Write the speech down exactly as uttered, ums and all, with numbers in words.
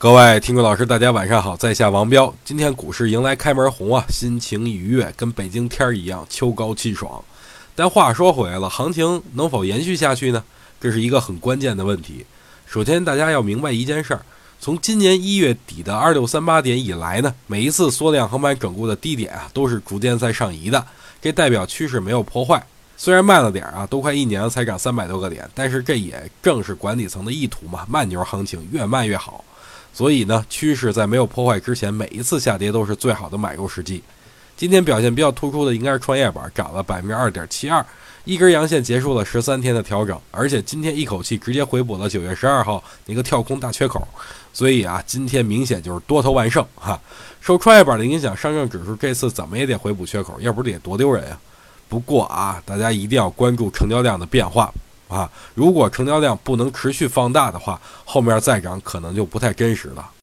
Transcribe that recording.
各位听众老师，大家晚上好，在下王彪。今天股市迎来开门红啊，心情愉悦，跟北京天儿一样，秋高气爽。但话说回来了，行情能否延续下去呢？这是一个很关键的问题。首先，大家要明白一件事儿，从今年一月底的二六三八点以来呢，每一次缩量横盘整固的低点啊，都是逐渐在上移的，这代表趋势没有破坏。虽然慢了点啊，都快一年了才涨三百多个点，但是这也正是管理层的意图嘛，慢牛行情越慢越好。所以呢，趋势在没有破坏之前，每一次下跌都是最好的买入时机。今天表现比较突出的应该是创业板，涨了 百分之二点七二， 一根阳线结束了十三天的调整，而且今天一口气直接回补了九月十二号那个跳空大缺口。所以啊，今天明显就是多头完胜哈。受创业板的影响，上证指数这次怎么也得回补缺口，要不得多丢人啊。不过啊，大家一定要关注成交量的变化啊，如果成交量不能持续放大的话，后面再涨可能就不太真实了。